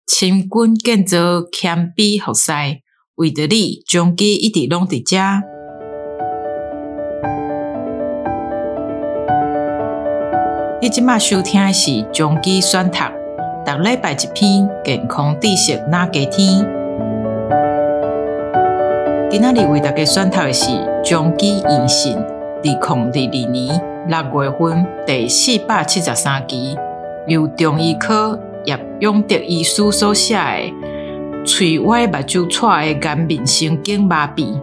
深滚建造谦卑服侍，为着你，终期一直拢伫遮。你即马收听的是终期选读，逐礼拜一篇健康知识哪加天。今仔日为大家选读的是终期医信2022年6月份第473期，由中医科叶永德医师所写的喙歪目睭喘的颜面神经麻痹。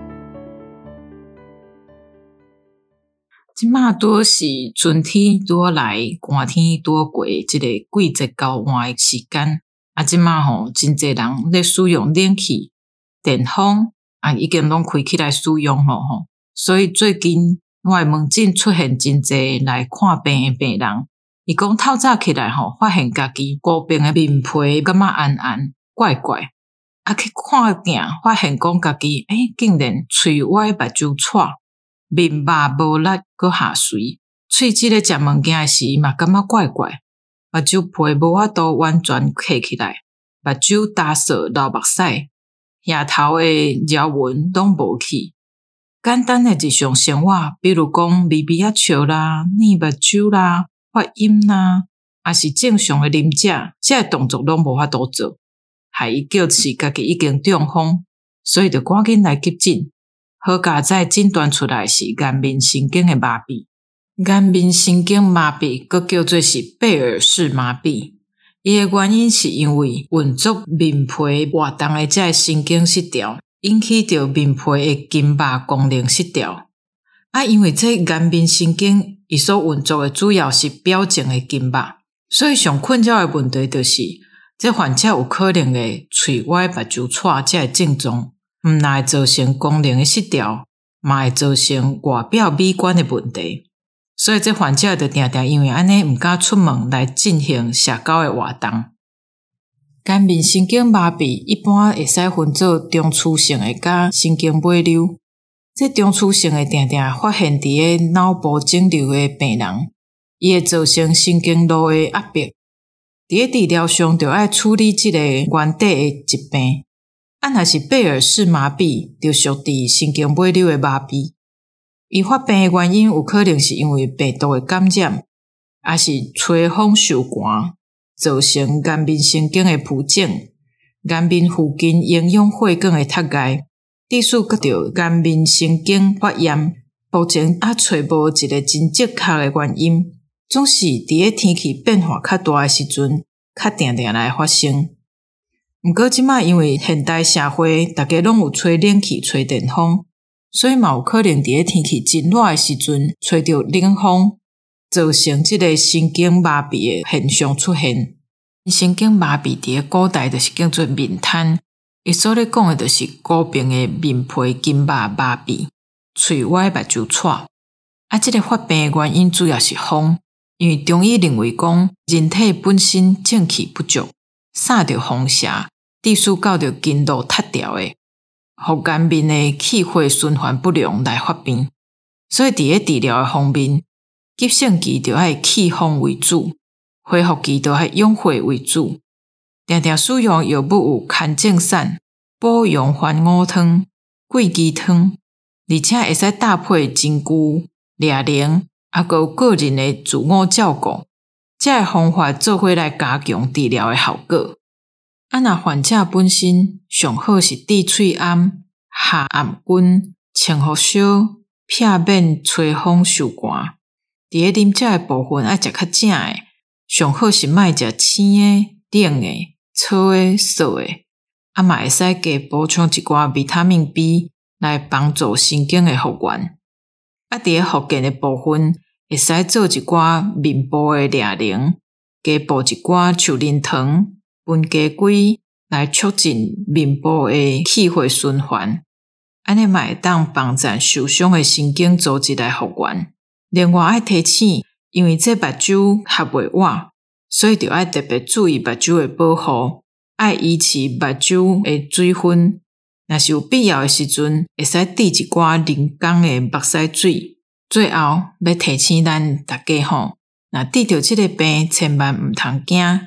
即马拄是春天拄来，寒天拄过，即个季节交换的时间。即马真侪人咧使用冷气、电风，已经拢开起来使用咯所以最近我的门诊出现真侪来看病的病人。伊讲透早起来发现家己孤病的面皮感觉暗暗怪怪，去看镜发现讲家己竟然喙歪目睭喘，面麻无力搁下垂，喙齿咧食物件时嘛感觉怪怪，目睭皮无法度完全闭起来，目睭焦涩流目屎，额头的条纹拢无去。简单的日常生活，比如讲微微啊笑啦、捏目睭啦、发音啦，也是正常的啉食，这动作拢无法度做，害伊叫是家己已经中风，所以就赶紧来急诊。好佳在诊断出来是颜面神经的麻痹。颜面神经麻痹佫叫做是贝尔氏麻痹，伊的原因是因为运作面皮活动的这神经失调，引起着面皮的筋肉功能失调。因为这颜面神经伊所运作的主要是表情的筋肉，所以上困扰的问题就是这患者有可能会喙歪目睭喘这症状，毋但会造成功能的失调，嘛会造成外表美观的问题。所以这患者就常常因为安尼毋敢出门来进行社交的活动。颜面神经麻痹一般会使分做中枢性的甲神经尾瘤。这中枢性的常常发现伫个脑部肿瘤的病人，伊会造成神经路的压迫。伫个治疗上就要处理这个原底的疾病。若是贝尔氏麻痹，就属于神经尾瘤的麻痹。伊发病的原因有可能是因为病毒的感染，也是吹风受寒，造成颜面神经的浮肿，颜面附近营养血管的塌碍，致使佫着颜面神经发炎。目前找无一个真正确的原因，总是伫个天气变化较大的时阵，较常常来发生。毋过即马因为现代社会大家拢有吹冷气、吹电风，所以嘛有可能伫个天气真热的时阵吹着冷风，造成即个神经麻痹的现象出现。神经麻痹伫个古代就是叫做面瘫，伊所咧讲的就是孤病的面皮筋肉麻痹、喙歪目睭喘。即个发病的原因主要是风，因为中医认为讲人体本身正气不足，撒着风邪，致使到着筋络塌掉的，互颜面的气血循环不良来发病。所以伫个治疗的方面，急性期就要气风为主，恢复期就要养血为主。常常使用药物有牵正散、补阳还五汤、桂枝汤，而且会使搭配针灸、抓灵，还有个人的自我照顾。这个方法做伙来加强治疗的效果。若患者本身上好是治喙暗、下颔菌、清福烧、避免吹风受寒。伫个啉食的部分要食较正的，上好是莫食青的、冷的、粗的、涩的。嘛会使加补充一寡维他命 B 来帮助神经的复原。伫个复健的部分，会使做一寡面部的抓灵，加补一寡树仁糖、分家龟来促进面部的气血循环。安尼嘛会当帮助受伤的神经组织来复原。另外要提醒，因为这目睭合袂活，所以就要特别注意目睭的保护，要维持目睭的水分。若是有必要的时阵，会使滴一寡人工的目屎水。最后要提醒咱大家若得到这个病，千万毋通惊，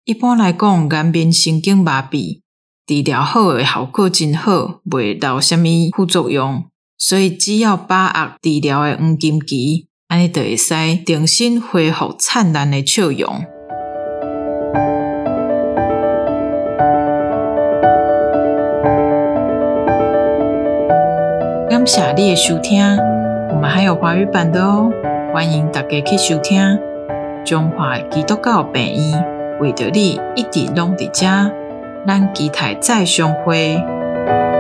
一般来讲，颜面神经麻痹治疗好的效果真好，袂留什么副作用，所以只要把握治疗的黄金期，安尼就会使重新恢复灿烂的笑容。感谢你的收听，我们还有华语版的哦，欢迎大家去收听。中华基督教病院为着你一直拢伫遮，咱期待再相会。